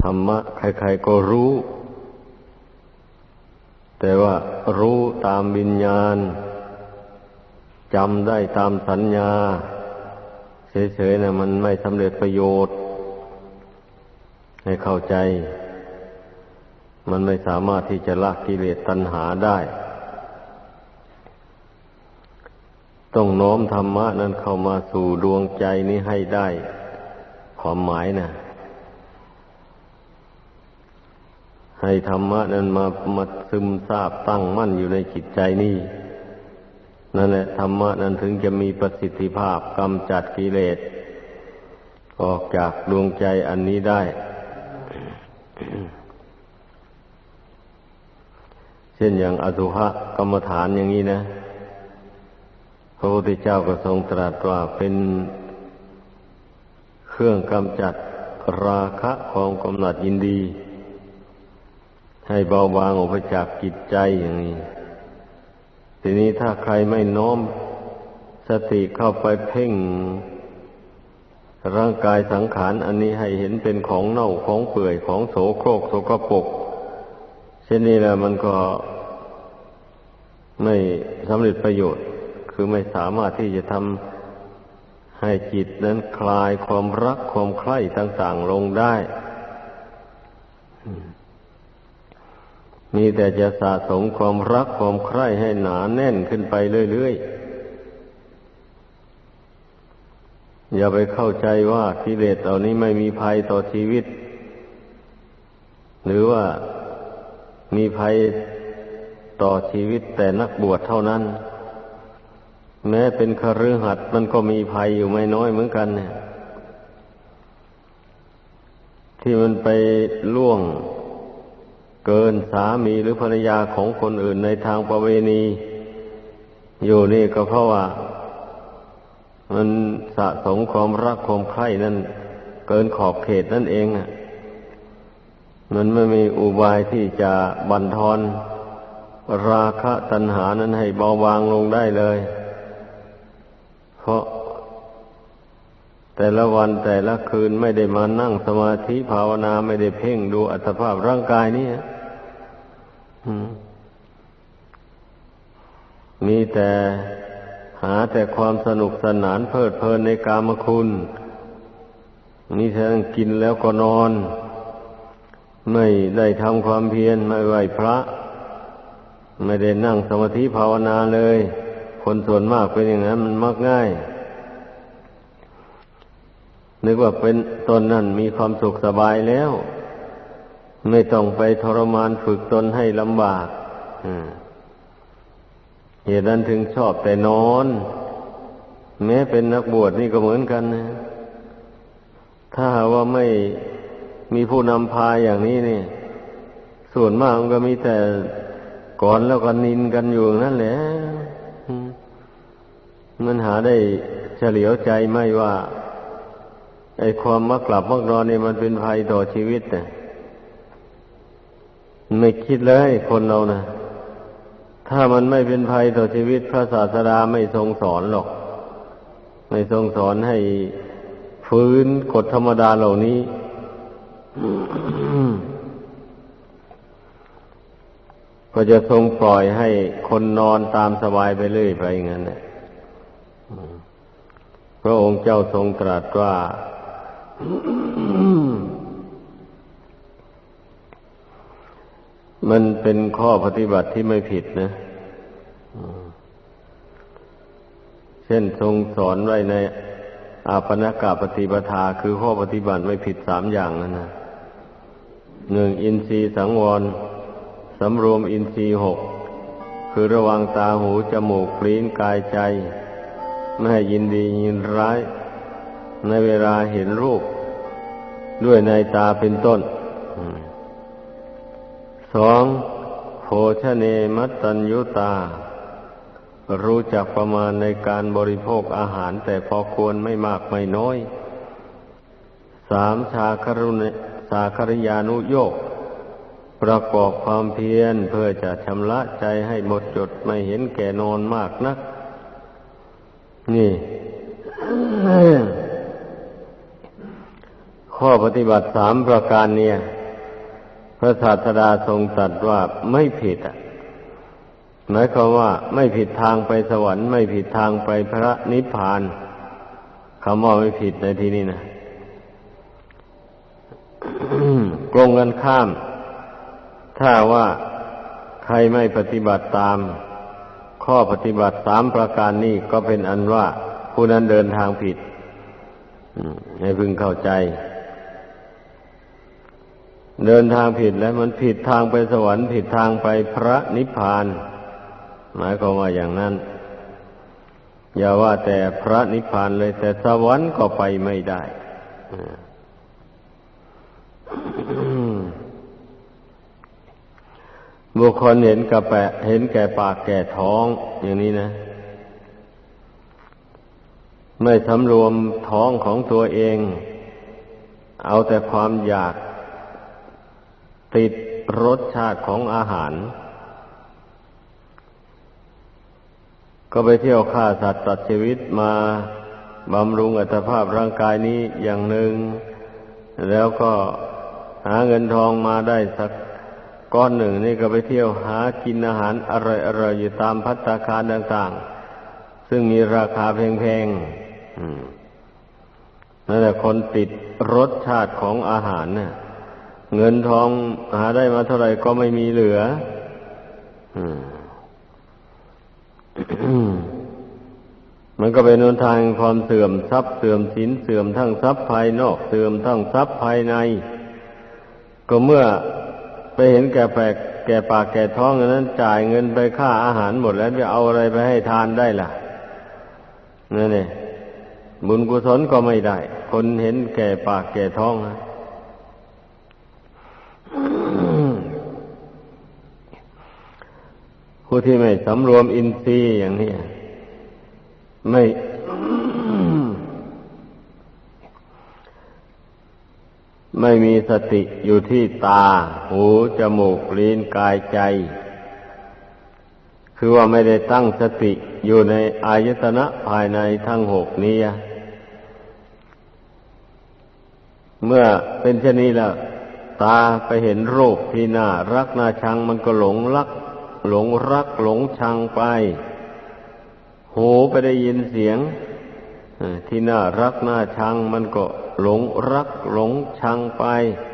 ธรรมะใครๆก็รู้ แต่ว่ารู้ตามวิญญาณจำได้ตามสัญญาเฉยๆนะมันไม่สำเร็จประโยชน์ให้เข้าใจมันไม่สามารถที่จะละกิเลสตัณหาได้ต้องน้อมธรรมะนั้นเข้ามาสู่ดวงใจนี้ให้ได้ความหมายนะให้ธรรมะนั้นมาซึมซาบตั้งมั่นอยู่ในจิตใจนี่นั่นแหละธรรมะนั้นถึงจะมีประสิทธิภาพกำจัดกิเลสออกจากดวงใจอันนี้ได้ เช่นอย่างอสุภกรรมฐานอย่างนี้นะพระพุทธเจ้าก็ทรงตรัสว่าเป็นเครื่องกำจัดราคะความกำหนัดยินดีให้เบาบางออกไปจากจิตใจอย่างนี้ทีนี้ถ้าใครไม่น้อมสติเข้าไปเพ่งร่างกายสังขารอันนี้ให้เห็นเป็นของเน่าของเปื่อยของโสโครกโสกปรกเช่นนี้แหละมันก็ไม่สำเร็จประโยชน์คือไม่สามารถที่จะทำให้จิตนั้นคลายความรักความใคร่ต่างๆลงได้มีแต่จะสะสมความรักความใคร่ให้หนาแน่นขึ้นไปเรื่อยๆอย่าไปเข้าใจว่ากิเลสเหล่านี้ไม่มีภัยต่อชีวิตหรือว่ามีภัยต่อชีวิตแต่นักบวชเท่านั้นแม้เป็นคฤหัสถ์มันก็มีภัยอยู่ไม่น้อยเหมือนกันเนี่ยที่มันไปล่วงเกินสามีหรือภรรยาของคนอื่นในทางประเวณีอยู่นี่ก็เพราะว่ามันสะสมความรักความใคร่นั่นเกินขอบเขตนั่นเองมันไม่มีอุบายที่จะบั่นทอนราคะตัณหานั้นให้เบาบางลงได้เลยเพราะแต่ละวันแต่ละคืนไม่ได้มานั่งสมาธิภาวนาไม่ได้เพ่งดูอัตภาพร่างกายนี้มีแต่หาแต่ความสนุกสนานเพลิดเพลินในกามคุณนี่แท้กินแล้วก็นอนไม่ได้ทำความเพียรไม่ไหว้พระไม่ได้นั่งสมาธิภาวนาเลยคนส่วนมากเป็นอย่างนั้นมันมักง่ายนึกว่าเป็นตนนั่นมีความสุขสบายแล้วไม่ต้องไปทรมานฝึกตนให้ลำบากเหตุนั้นถึงชอบแต่นอนแม้เป็นนักบวชนี่ก็เหมือนกันนะถ้าว่าไม่มีผู้นำพาอย่างนี้นี่ส่วนมากมันก็มีแต่ก่อนแล้วก็นินกันอยู่นั่นแหละมันหาได้เฉลียวใจไม่ว่าไอ้ความมักหลับมักนอนนี่มันเป็นภัยต่อชีวิตเนี่ยไม่คิดเลยคนเรานะถ้ามันไม่เป็นภัยต่อชีวิตพระศาสดาไม่ทรงสอนหรอกไม่ทรงสอนให้ฟื้นกฎธรรมดาเหล่านี้ ก็จะทรงปล่อยให้คนนอนตามสบายไปเรื่อยไปอย่างนั้นแหละพระองค์เจ้าทรงตรัสว่า มันเป็นข้อปฏิบัติที่ไม่ผิดนะเช่นทรงสอนไว้ในอาปนกปฏิปทาคือข้อปฏิบัติไม่ผิด3อย่างนั่นนะ1อินทรีย์สังวรสำรวมอินทรีย์6คือระวังตาหูจมูกลิ้นกายใจไม่ให้ยินดียินร้ายในเวลาเห็นรูปด้วยในตาเป็นต้น2โภชเนมัตตัญญุตารู้จักประมาณในการบริโภคอาหารแต่พอควรไม่มากไม่น้อย3ชาคริยานุโยคประกอบความเพียรเพื่อจะชำระใจให้หมดจดไม่เห็นแก่นอนมากนักนี่ ขข้อปฏิบัติ3ประการเนี่ยพระศาสดาทรงตรัสว่าไม่ผิดหมายความว่าไม่ผิดทางไปสวรรค์ไม่ผิดทางไปพระนิพพานคำว่าไม่ผิดในที่นี้นะ ตรงกันข้ามถ้าว่าใครไม่ปฏิบัติตามข้อปฏิบัติ3ประการนี้ก็เป็นอันว่าผู้นั้นเดินทางผิดให้พึงเข้าใจเดินทางผิดแล้วมันผิดทางไปสวรรค์ผิดทางไปพระนิพพานหมายความว่าอย่างนั้นอย่าว่าแต่พระนิพพานเลยแต่สวรรค์ก็ไปไม่ได้บุคคลเห็นแก่ปากแก่ท้องอย่างนี้นะไม่สำรวมท้องของตัวเองเอาแต่ความอยากติดรสชาติของอาหารก็ไปเที่ยวฆ่าสัตว์ตัดชีวิตมาบำรุงอัตภาพร่างกายนี้อย่างหนึ่งแล้วก็หาเงินทองมาได้สักก้อนหนึ่งนี่ก็ไปเที่ยวหากินอาหารอร่อยๆอยู่ตามภัตตาคารต่างๆซึ่งมีราคาแพงๆนั่นแหละคนติดรสชาติของอาหารน่ะเงินทองหาได้มาเท่าไหร่ก็ไม่มีเหลือมันก็เป็นหนทางความเสื่อมทรัพย์เสื่อมศีลเสื่อมทั้งทรัพย์ภายนอกเสื่อมทั้งทรัพย์ภายในก็เมื่อไปเห็นแก่ปากแก่ท้องนั้นจ่ายเงินไปค่าอาหารหมดแล้วจะเอาอะไรไปให้ทานได้ล่ะนั่นเองบุญกุศลก็ไม่ได้คนเห็นแก่ปากแก่ท้องนะผู้ที่ไม่สำรวมอินทรีย์อย่างนี้ไม่มีสติอยู่ที่ตาหูจมูกลิ้นกายใจคือว่าไม่ได้ตั้งสติอยู่ในอายตนะภายในทั้ง6นี้เมื่อเป็นเช่นนี้แล้วตาไปเห็นรูปที่น่ารักน่าชังมันก็หลงรักหลงชังไปหูไปได้ยินเสียงที่น่ารักน่าชังมันก็หลงรักหลงชังไป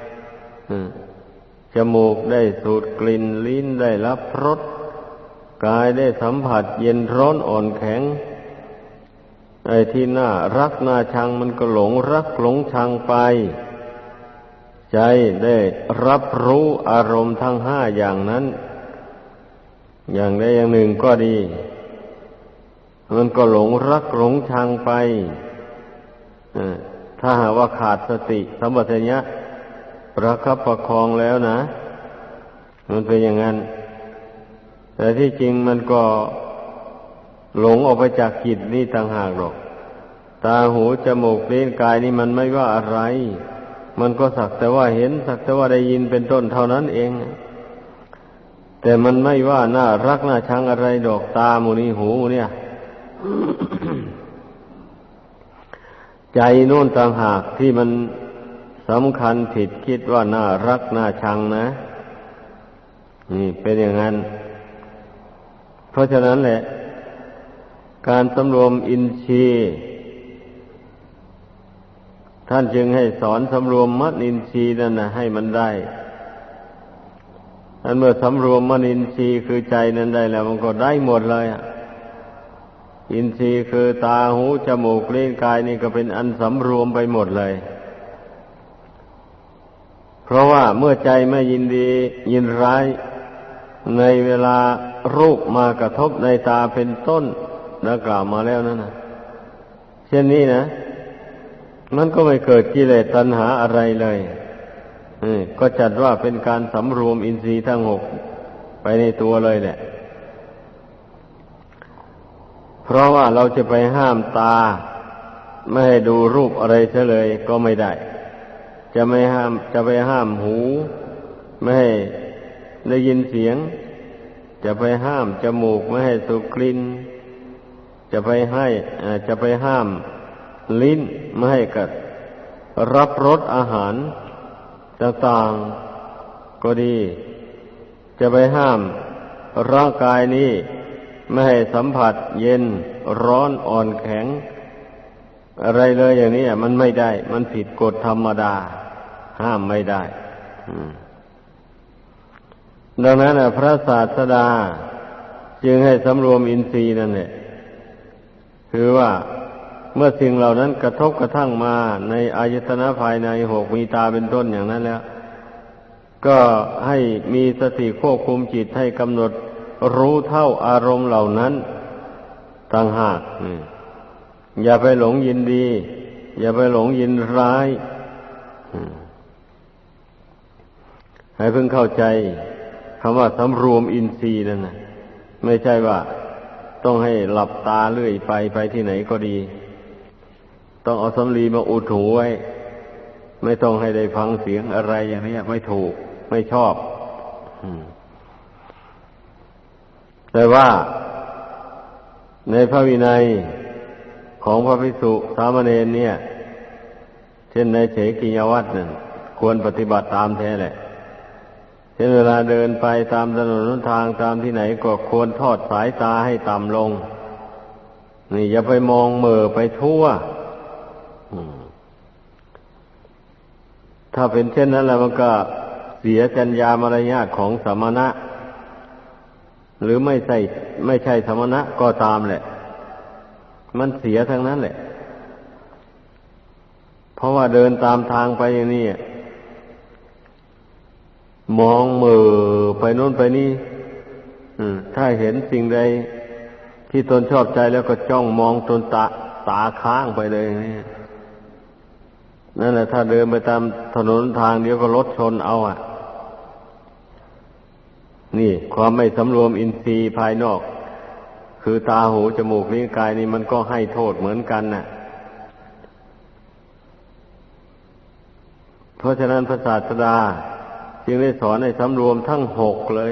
จมูกได้สูดกลิ่นลิ้นได้รับรสกายได้สัมผัสเย็นร้อนอ่อนแข็งไอ้ที่น่ารักน่าชังมันก็หลงรักหลงชังไปใจได้รับรู้อารมณ์ทั้ง5อย่างนั้นอย่างใดอย่างหนึ่งก็ดีมันก็หลงรักหลงชังไปถ้าหากว่าขาดสติสัมปชัญญะประคับประคองแล้วนะมันเป็นอย่างนั้นแต่ที่จริงมันก็หลงออกไปจากจิตนี่ต่างหากหรอกตาหูจมูกลิ้นกายนี่มันไม่ว่าอะไรมันก็สักแต่ว่าเห็นสักแต่ว่าได้ยินเป็นต้นเท่านั้นเองแต่มันไม่ว่าน่ารักน่าชังอะไรดอกตาหมูนี่หูเนี่ย ใจโน่นต่างหากที่มันสำคัญผิดคิดว่าน่ารักน่าชังนะนี่เป็นอย่างนั้นเพราะฉะนั้นแหละการสำรวมอินทรีย์ท่านจึงให้สอนสำรวมมรรคอินทรีย์นั่นนะให้มันได้อันเมื่อสำรวมมรรคอินทรีย์คือใจนั้นได้แล้วมันก็ได้หมดเลยอินทรีย์คือตาหูจมูกลิ้นกายนี่ก็เป็นอันสำรวมไปหมดเลยเพราะว่าเมื่อใจไม่ยินดียินร้ายในเวลารูปมากระทบในตาเป็นต้นดังกล่าวมาแล้วนั่นนะเช่นนี้นะมันก็ไม่เกิดกิเลสตัณหาอะไรเลยก็จัดว่าเป็นการสำรวมอินทรีย์ทั้ง6ไปในตัวเลยแหละเพราะว่าเราจะไปห้ามตาไม่ให้ดูรูปอะไรเฉยเลยก็ไม่ได้จะไปห้ามหูไม่ให้ได้ยินเสียงจะไปห้ามจมูกไม่ให้สูดกลิ่นจะไปห้ามลิ้นไม่ให้กัดรับรสอาหารต่างๆก็ดีจะไปห้ามร่างกายนี้ไม่ให้สัมผัสเย็นร้อนอ่อนแข็งอะไรเลยอย่างนี้มันไม่ได้มันผิดกฎธรรมดาห้ามไม่ได้ดังนั้นพระศาสดาจึงให้สำรวมอินทรีย์นั่นแหละคือว่าเมื่อสิ่งเหล่านั้นกระทบกระทั่งมาในอายตนะภายในหกมีตาเป็นต้นอย่างนั้นแล้วก็ให้มีสติควบคุมจิตให้กำหนดรู้เท่าอารมณ์เหล่านั้นต่างหากอย่าไปหลงยินดีอย่าไปหลงยินร้ายให้เพิ่งเข้าใจคำว่าสำรวมอินทรีย์นั่นนะไม่ใช่ว่าต้องให้หลับตาเรื่อยไปที่ไหนก็ดีต้องเอาสำลีมาอุดหูไว้ไม่ต้องให้ได้ฟังเสียงอะไรอย่างนี้ไม่ถูกไม่ชอบแต่ว่าในพระวินัยของพระภิกษุสามเณรเนี่ยเช่นในเฉกิยวัตรนั่นควรปฏิบัติตามแท้แหละเช่นเวลาเดินไปตามถนนหนทางตามที่ไหนก็ควรทอดสายตาให้ต่ำลงนี่อย่าไปมองเหม่อไปทั่วถ้าเป็นเช่นนั้นแล้วมันก็เสียจรรยามารยาทของสมณะหรือไม่ใช่สมณะก็ตามแหละมันเสียทั้งนั้นแหละเพราะว่าเดินตามทางไปอย่างนี้มองเหม่อไปโน้นไปนี่ถ้าเห็นสิ่งใดที่ตนชอบใจแล้วก็จ้องมองจนตาค้างไปเลยนี่นั่นแหละถ้าเดินไปตามถนนทางเดียวก็รถชนเอานี่ความไม่สำรวมอินทรีย์ภายนอกคือตาหูจมูกลิ้นกายนี่มันก็ให้โทษเหมือนกันน่ะเพราะฉะนั้นพระศาสดาจึงได้สอนให้สำรวมทั้งหกเลย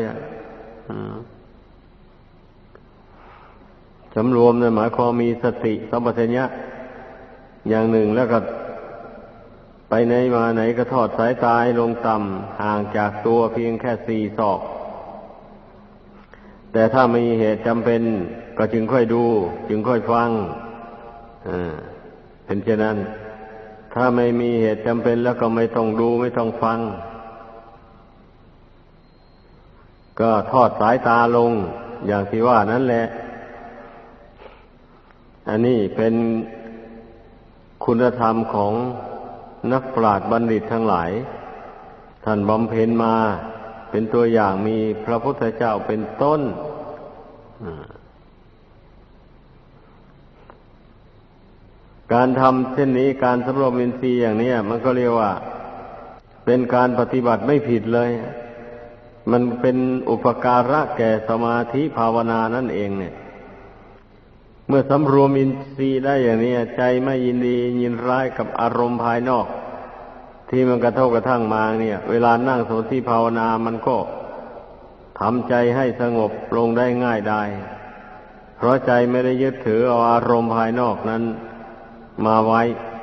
สำรวมเนี่ยหมายความมีสติสัมปชัญญะอย่างหนึ่งแล้วก็ไปไหนมาไหนก็ทอดสายตาลงต่ำห่างจากตัวเพียงแค่4 ศอกแต่ถ้ามีเหตุจำเป็นก็จึงค่อยดูจึงค่อยฟังเป็นเช่นนั้นถ้าไม่มีเหตุจำเป็นแล้วก็ไม่ต้องดูไม่ต้องฟังก็ทอดสายตาลงอย่างที่ว่านั่นแหละอันนี้เป็นคุณธรรมของนักปราชญ์บัณฑิตทั้งหลายท่านบำเพ็ญมาเป็นตัวอย่างมีพระพุทธเจ้าเป็นต้นการทำเช่นนี้การสำรวมอินทรีย์อย่างนี้มันก็เรียกว่าเป็นการปฏิบัติไม่ผิดเลยมันเป็นอุปการะแก่สมาธิภาวนานั่นเองเนี่ยเมื่อสำรวมอินทรีย์ได้อย่างนี้ใจไม่ยินดียินร้ายกับอารมณ์ภายนอกที่มันกระทบกระทั่งมาเนี่ยเวลานั่งสมาธิภาวนามันก็ทำใจให้สงบลงได้ง่ายได้เพราะใจไม่ได้ยึดถือเอาอารมณ์ภายนอกนั้นมาไว้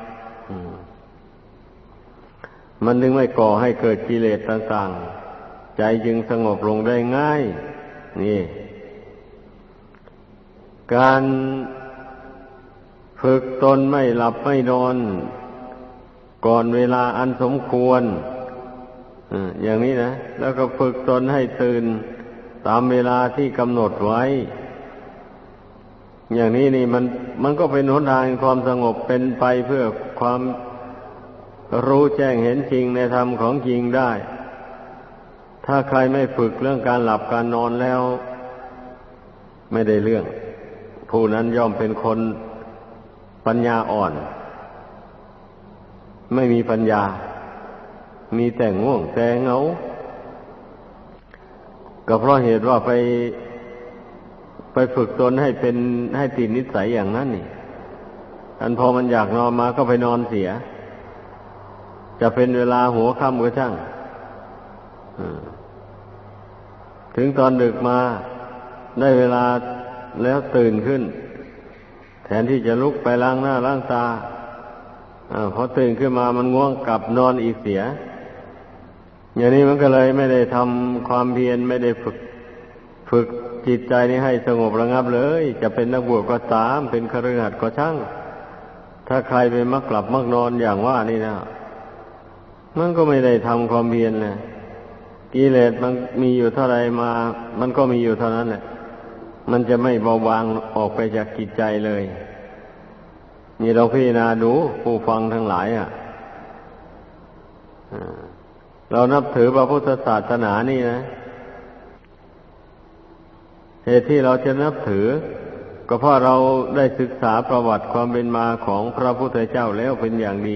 มันถึงไม่ก่อให้เกิดกิเลสต่างๆใจจึงสงบลงได้ง่ายนี่การฝึกตนไม่หลับไม่นอนก่อนเวลาอันสมควรอย่างนี้นะแล้วก็ฝึกตนให้ตื่นตามเวลาที่กำหนดไว้อย่างนี้นี่มันก็เป็นหนทางความสงบเป็นไปเพื่อความรู้แจ้งเห็นจริงในธรรมของจริงได้ถ้าใครไม่ฝึกเรื่องการหลับการนอนแล้วไม่ได้เรื่องผู้นั้นย่อมเป็นคนปัญญาอ่อนไม่มีปัญญามีแต่ง่วงแต่เหงาก็เพราะเหตุว่าไปฝึกตนให้ติดนิสัยอย่างนั้นนี่อันพอมันอยากนอนมาก็ไปนอนเสียจะเป็นเวลาหัวค่ำก็ช่างถึงตอนดึกมาได้เวลาแล้วตื่นขึ้นแทนที่จะลุกไปล้างหน้าล้างตาพอตื่นขึ้นมามันง่วงกลับนอนอีกเสียอย่างนี้มันก็เลยไม่ได้ทำความเพียรไม่ได้ฝึกจิตใจนี้ให้สงบระงับเลยจะเป็นนักบวชก็ตามเป็นคฤหัสถ์ก็ช่างถ้าใครไปมักหลับมักนอนอย่างว่านี่นะมันก็ไม่ได้ทำความเพียรนะกิเลสมันมีอยู่เท่าไรมามันก็มีอยู่เท่านั้นแหละมันจะไม่เบาบางออกไปจากจิตใจเลยนี่เราพิจารณาดูผู้ฟังทั้งหลายเรานับถือพระพุทธศาสนานี่นะเหตุที่เราจะนับถือก็เพราะเราได้ศึกษาประวัติความเป็นมาของพระพุทธเจ้าแล้วเป็นอย่างดี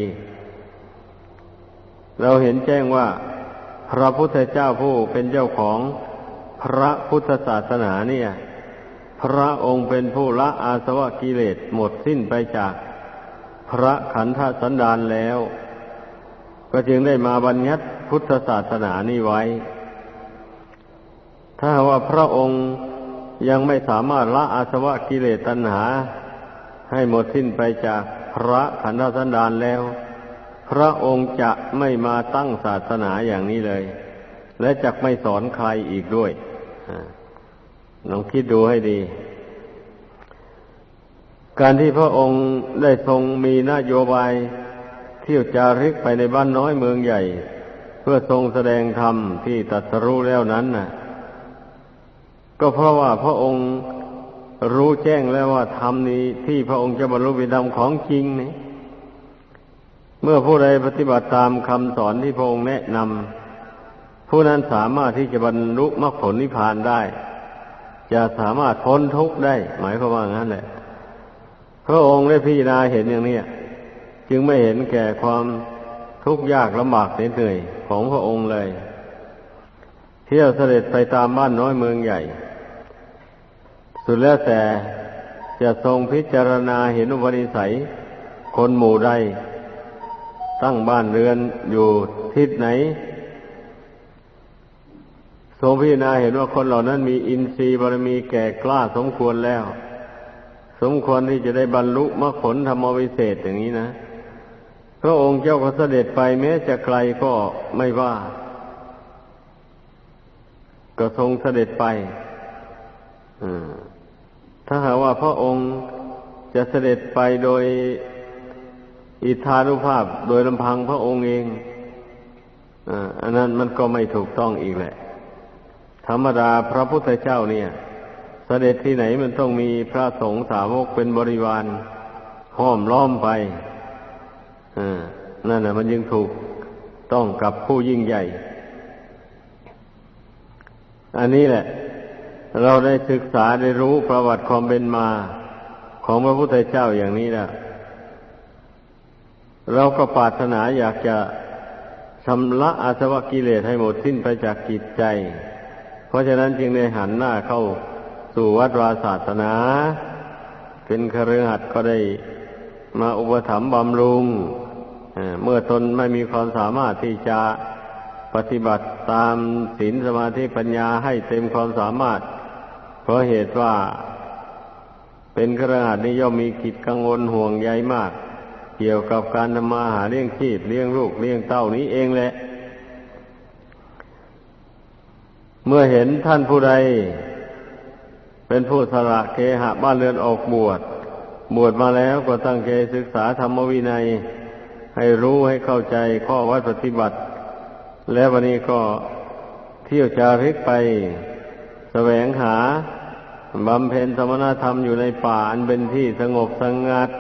เราเห็นแจ้งว่าพระพุทธเจ้าผู้เป็นเจ้าของพระพุทธศาสนาเนี่ยพระองค์เป็นผู้ละอาสวะกิเลสหมดสิ้นไปจากพระขันธสันดานแล้วก็จึงได้มาบัญญัติพุทธศาสนานี้ไว้ถ้าว่าพระองค์ยังไม่สามารถละอาสวะกิเลสตัณหาให้หมดสิ้นไปจากพระขันธสันดานแล้วพระองค์จะไม่มาตั้งศาสนาอย่างนี้เลยและจะไม่สอนใครอีกด้วยลองคิดดูให้ดีการที่พระองค์ได้ทรงมีนโยบายเที่ยวจาริกไปในบ้านน้อยเมืองใหญ่เพื่อทรงแสดงธรรมที่ตรัสรู้แล้วนั้นน่ะก็เพราะว่าพระองค์รู้แจ้งแล้วว่าธรรมนี้ที่พระองค์จะบรรลุเป็นธรรมของจริงนี่เมื่อผู้ใดปฏิบัติตามคำสอนที่พระองค์แนะนำผู้นั้นสามารถที่จะบรรลุมรรคผลนิพพานได้จะสามารถพ้นทุกข์ได้หมายความว่างั้นแหละพระองค์ได้พิจารณาเห็นอย่างนี้จึงไม่เห็นแก่ความทุกข์ยากลำบากเหนื่อยของพระองค์เลยเที่ยวเสด็จไปตามบ้านน้อยเมืองใหญ่สุดแล้วแต่จะทรงพิจารณาเห็นอุปนิสัยคนหมู่ใดตั้งบ้านเรือนอยู่ทิศไหนทรงพิจารณาเห็นว่าคนเหล่านั้นมีอินทรีย์บารมีแก่กล้าสมควรแล้วสมควรที่จะได้บรรลุมรรคผลธรรมวิเศษอย่างนี้นะพระองค์เจ้าก็เสด็จไปแม้จะไกลก็ไม่ว่าก็ทรงเสด็จไปถ้าหากว่าพระองค์จะเสด็จไปโดยอิทธานุภาพโดยลำพังพระองค์เองอันนั้นมันก็ไม่ถูกต้องอีกแหละธรรมดาพระพุทธเจ้าเนี่ยเสด็จที่ไหนมันต้องมีพระสงฆ์สาวกเป็นบริวารห้อมล้อมไปนั่นน่ะมันยังถูกต้องกับผู้ยิ่งใหญ่อันนี้แหละเราได้ศึกษาได้รู้ประวัติความเป็นมาของพระพุทธเจ้าอย่างนี้แล้วเราก็ปรารถนาอยากจะชำระอาสวะกิเลสให้หมดสิ้นไปจากจิตใจเพราะฉะนั้นจึงได้หันหน้าเข้าสู่วัดวาศาสนาเป็นคฤหัสถ์ก็ได้มาอุปถัมภ์บำรุงเมื่อตนไม่มีความสามารถที่จะปฏิบัติตามศีลสมาธิปัญญาให้เต็มความสามารถเพราะเหตุว่าเป็นคฤหัสถ์นี้ย่อมมีกิจกังวลห่วงใยมากเกี่ยวกับการทำมาหาเลี้ยงชีพเลี้ยงลูกเลี้ยงเต้านี้เองแหละเมื่อเห็นท่านผู้ใดเป็นผู้สละเคหะบ้านเรือนออกบวชมาแล้วก็ตั้งใจศึกษาธรรมวินัยให้รู้ให้เข้าใจข้อวัดปฏิบัติแล้ววันนี้ก็เที่ยวจาริกไปแสวงหาบำเพ็ญสมณธรรมอยู่ในป่าอันเป็นที่สงบสงัด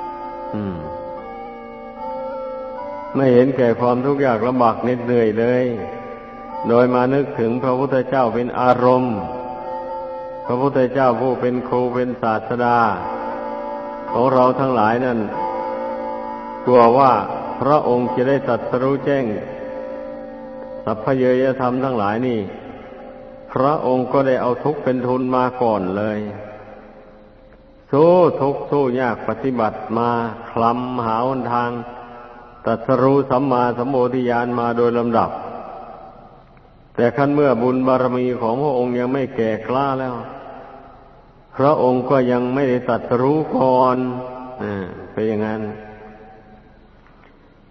ไม่เห็นแก่ความทุกข์ยากลำบากเหน็ดเหนื่อยเลยโดยมานึกถึงพระพุทธเจ้าเป็นอารมณ์พระพุทธเจ้าผู้เป็นครูเป็นศาสดาของเราทั้งหลายนั่นกลัวว่าพระองค์จะได้ตรัสรู้แจ้งสัพพเยยธรรมทั้งหลายนี่พระองค์ก็ได้เอาทุกข์เป็นทุนมาก่อนเลยสู้ทุกข์สู้ยากปฏิบัติมาคลำหาหนทางตรัสรู้สัมมาสัมโพธิญาณมาโดยลำดับแต่ขั้นเมื่อบุญบารมีของพระองค์ยังไม่แก่กล้าแล้วพระองค์ก็ยังไม่ได้ตรัสรู้ก่อนเป็นอย่างนั้น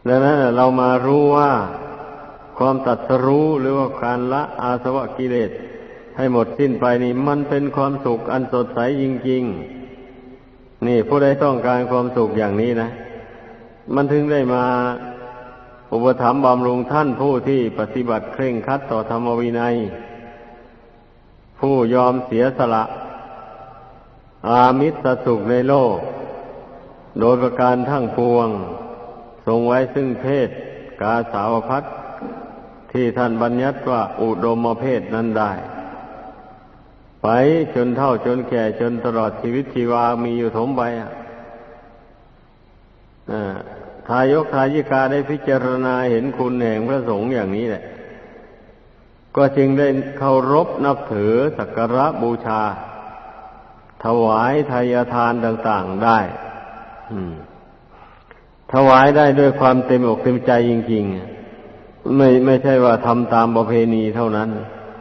ดังนั้นเรามารู้ว่าความตรัสรู้หรือว่าการละอาสวะกิเลสให้หมดสิ้นไปนี่มันเป็นความสุขอันสดใสจริงๆนี่ผู้ใดต้องการความสุขอย่างนี้นะมันถึงได้มาอุปถัมภ์บำรุงท่านผู้ที่ปฏิบัติเคร่งครัดต่อธรรมวินัยผู้ยอมเสียสละอามิสสุขในโลกโดยประการทั้งปวงทรงไว้ซึ่งเพศกาสาวพัสที่ท่านบัญญัติว่าอุดมเพศนั้นได้ไปจนเฒ่าจนแก่จนตลอดชีวิตชีวามีอยู่ถมไปทายกทายิกาได้พิจารณาเห็นคุณแห่งพระสงฆ์อย่างนี้แหละก็จึงได้เคารพนับถือสักการะบูชาถวายทายทานต่างๆได้ถวายได้ด้วยความเต็มอกเต็มใจจริงๆไม่ใช่ว่าทำตามประเพณีเท่านั้น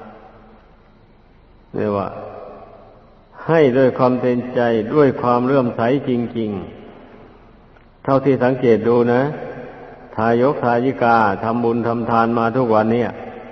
เรียกว่าให้ด้วยความเต็มใจด้วยความเลื่อมใสจริงๆเท่าที่สังเกตดูนะทายกทายิกาทำบุญทำทานมาทุกวันเนี่ย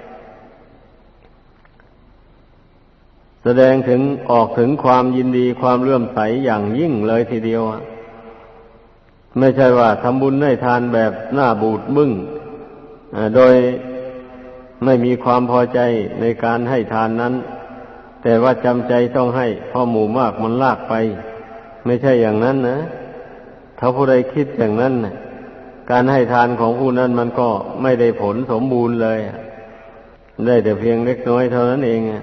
แสดงถึงออกถึงความยินดีความเลื่อมใสอย่างยิ่งเลยทีเดียวไม่ใช่ว่าทำบุญให้ทานแบบหน้าบูดบึ้งโดยไม่มีความพอใจในการให้ทานนั้นแต่ว่าจำใจต้องให้เพราะหมู่มากมันลากไปไม่ใช่อย่างนั้นนะถ้าผู้ใดคิดอย่างนั้นการให้ทานของผู้นั้นมันก็ไม่ได้ผลสมบูรณ์เลยได้แต่เพียงเล็กน้อยเท่านั้นเอง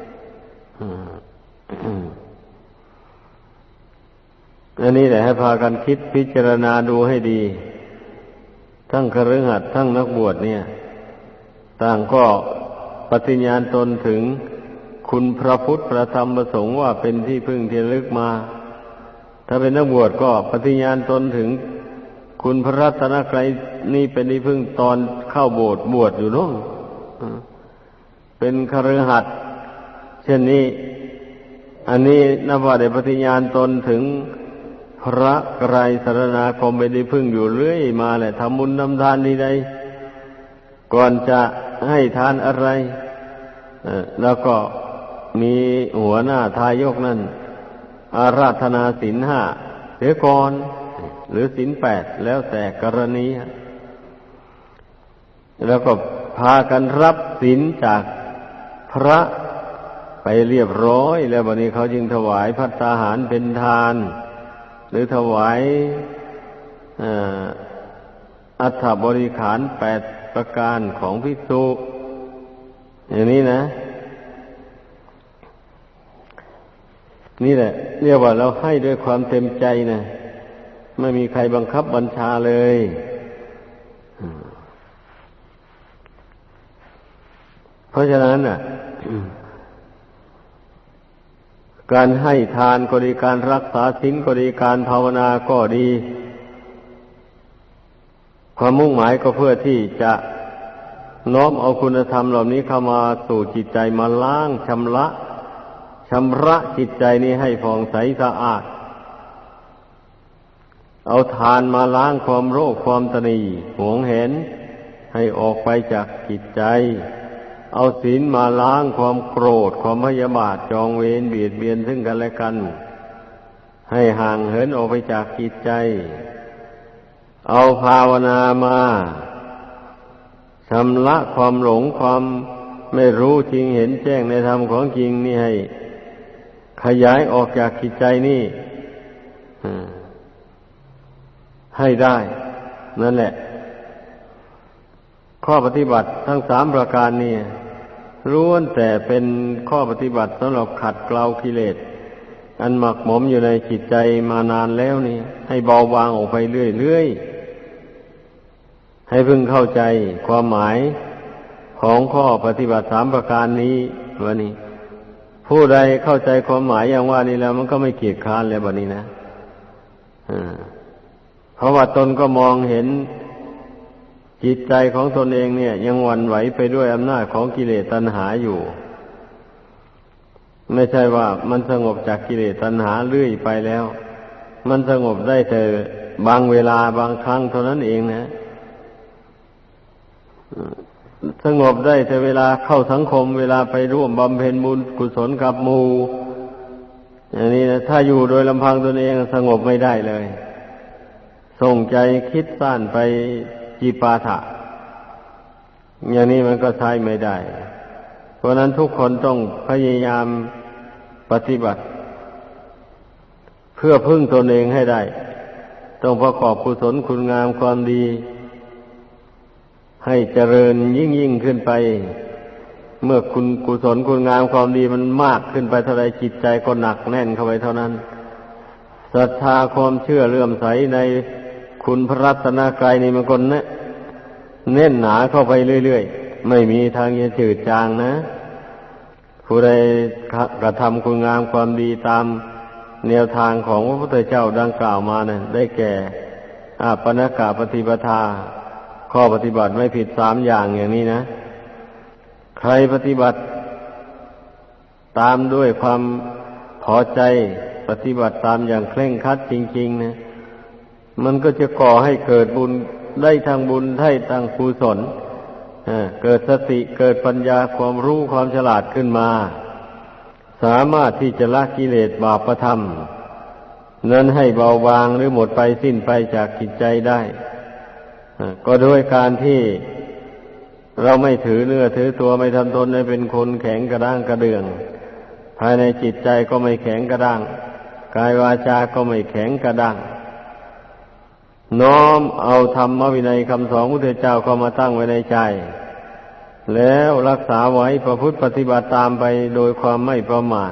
อันนี้แหละให้พากันคิดพิจารณาดูให้ดีทั้งคฤหัสถ์ทั้งนักบวชเนี่ยต่างก็ปฏิญญาณตนถึงคุณพระพุทธพระธรรมพระสงฆ์ว่าเป็นที่พึ่งที่ระลึกมาถ้าเป็นนักบวชก็ปฏิญญาณตนถึงคุณพระรัตนตรัยนี่เป็นที่พึ่งตอนเข้าโบสถ์บวชอยู่นู่นเป็นคฤหัสถ์เช่นนี้อันนี้นับว่าได้ปฏิญาณตนถึงพระไกรสรณาคมเป็นที่พึ่งอยู่เรื่อยมาแหละทำบุญทำทานใดๆก่อนจะให้ทานอะไรแล้วก็มีหัวหน้าทายกนั่นอาราธนาศีล 5เสียก่อนหรือศีล 8แล้วแต่กรณีแล้วก็พากันรับศีลจากพระไปเรียบร้อยแล้ววันนี้เขาจึงถวายภัตตาหารเป็นทานหรือถวายอัฐบริขาร8ประการของภิกษุอย่างนี้นะนี่แหละเรียกว่าเราให้ด้วยความเต็มใจนะไม่มีใครบังคับบัญชาเลยเพราะฉะนั้นน่ะ การให้ทานก็ดีการรักษาศีลก็ดีการภาวนาก็ดีความมุ่งหมายก็เพื่อที่จะน้อมเอาคุณธรรมเหล่านี้เข้ามาสู่จิตใจมาล้างชำระจิตใจนี้ให้ผ่องใสสะอาดเอาทานมาล้างความโลภความตนีหวงเห็นให้ออกไปจากจิตใจเอาศีลมาล้างความโกรธความพยาบาทจองเวรเบียดเบียนซึ่งกันและกันให้ห่างเหินออกไปจากจิตใจเอาภาวนามาชำระความหลงความไม่รู้จริงเห็นแจ้งในธรรมของจริงนี่ให้ขยายออกจากจิตใจนี่ให้ได้นั่นแหละข้อปฏิบัติทั้ง3ประการนี้ล้วนแต่เป็นข้อปฏิบัติสำหรับขัดเกลากิเลสอันหมักหมมอยู่ในจิตใจมานานแล้วนี่ให้เบาบางออกไปเรื่อยๆให้พึงเข้าใจความหมายของข้อปฏิบัติ3ประการนี้วันนี้ผู้ใดเข้าใจความหมายอย่างว่านี้แล้วมันก็ไม่เกียจคร้านเลยบัดนี้นะเพราะว่าตนก็มองเห็นจิตใจของตนเองเนี่ยยังหวั่นไหวไปด้วยอำนาจของกิเลสตัณหาอยู่ไม่ใช่ว่ามันสงบจากกิเลสตัณหาเรื่อยไปแล้วมันสงบได้แต่บางเวลาบางครั้งเท่านั้นเองนะสงบได้แต่เวลาเข้าสังคมเวลาไปร่วมบำเพ็ญบุญกุศลกับหมู่อย่างนี้นะถ้าอยู่โดยลำพังตนเองสงบไม่ได้เลยส่งใจคิดสั้นไปจีปาถะอย่างนี้มันก็ใช้ไม่ได้เพราะนั้นทุกคนต้องพยายามปฏิบัติเพื่อพึ่งตนเองให้ได้ต้องประกอบกุศลคุณงามความดีให้เจริญยิ่งขึ้นไปเมื่อคุณกุศลคุณงามความดีมันมากขึ้นไปเท่าไรจิตใจก็หนักแน่นเข้าไปเท่านั้นศรัทธาความเชื่อเลื่อมใสในคุณพระรัตนกรัยนี่มันก็แน่นหนาเข้าไปเรื่อยๆไม่มีทางจะจืดจางนะผู้ใดกระทำคุณงามความดีตามแนวทางของพระพุทธเจ้าดังกล่าวมานั้นได้แก่อาปนกปฏิปทาข้อปฏิบัติไม่ผิด3อย่างอย่างนี้นะใครปฏิบัติตามด้วยความพอใจปฏิบัติตามอย่างเคร่งครัดจริงๆนะมันก็จะก่อให้เกิดบุญได้ทางบุญได้ทางกุศลเกิดสติเกิดปัญญาความรู้ความฉลาดขึ้นมาสามารถที่จะละกิเลสบาปธรรมนั้นให้เบาบางหรือหมดไปสิ้นไปจากจิตใจได้ก็โดยการที่เราไม่ถือเนื้อถือตัวไม่ทำตนให้เป็นคนแข็งกระด้างกระเดืองภายในจิตใจก็ไม่แข็งกระด้างกายวาจาก็ไม่แข็งกระด้างน้อมเอาธรรมวินัยคำสอนของพระพุทธเจ้าเข้ามาตั้งไว้ในใจแล้วรักษาไว้ประพฤติปฏิบัติตามไปโดยความไม่ประมาท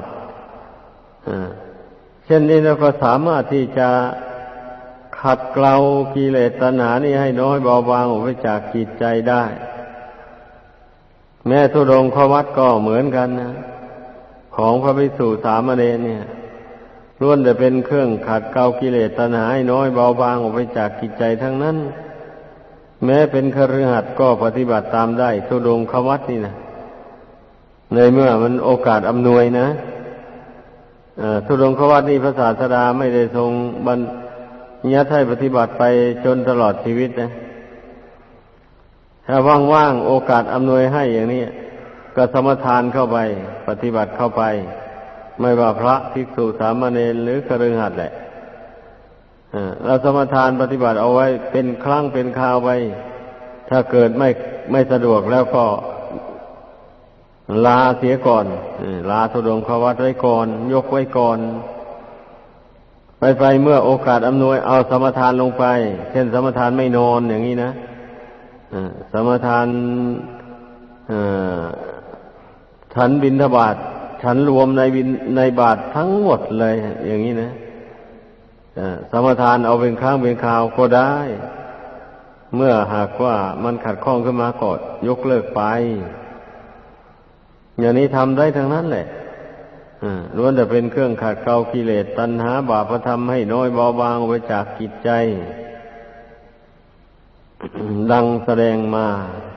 เช่นนี้เราก็สามารถที่จะขัดเกลากิเลสตัณหานี่ให้น้อยเบาบางออกไปจากจิตใจได้แม้ธุดงควัตรก็เหมือนกันนะของพระภิกษุสามเณรเนี่ยล้วนแต่เป็นเครื่องขัดเกลากิเลสตัณหาให้น้อยเบาบางออกไปจากจิตใจทั้งนั้นแม้เป็นคฤหัสถ์ก็ปฏิบัติตามได้ธุดงควัตรนี่นะในเมื่อมันโอกาสอำนวยนะธุดงควัตรนี่พระศาสดาไม่ได้ทรงบัญญัติให้ปฏิบัติไปจนตลอดชีวิตนะถ้าว่างๆโอกาสอำนวยให้อย่างนี้ก็สมทานเข้าไปปฏิบัติเข้าไปไม่ว่าพระภิกษุสามเณรหรือคฤหัสถ์แหละเราสมทานปฏิบัติเอาไว้เป็นครั้งเป็นคราวไปถ้าเกิดไม่สะดวกแล้วก็ลาเสียก่อนลาธุดงควัตรไว้ก่อนยกไว้ก่อนไปเมื่อโอกาสอำนวยเอาสมทานลงไปเช่นสมทานไม่นอนอย่างนี้นะสมทานฉันบิณฑบาตฉันรวมในบาตรทั้งหมดเลยอย่างนี้นะสมทานเอาเป็นครั้งเป็นคราวก็ได้เมื่อหากว่ามันขัดข้องขึ้นมาก็ยกเลิกไปอย่างนี้ทำได้ทั้งนั้นแหละล้วนแต่เป็นเครื่องขัดเกลากิเลสตัณหาบาปธรรมให้น้อยเบาบางไปจากจิตใจ ดังแสดงมา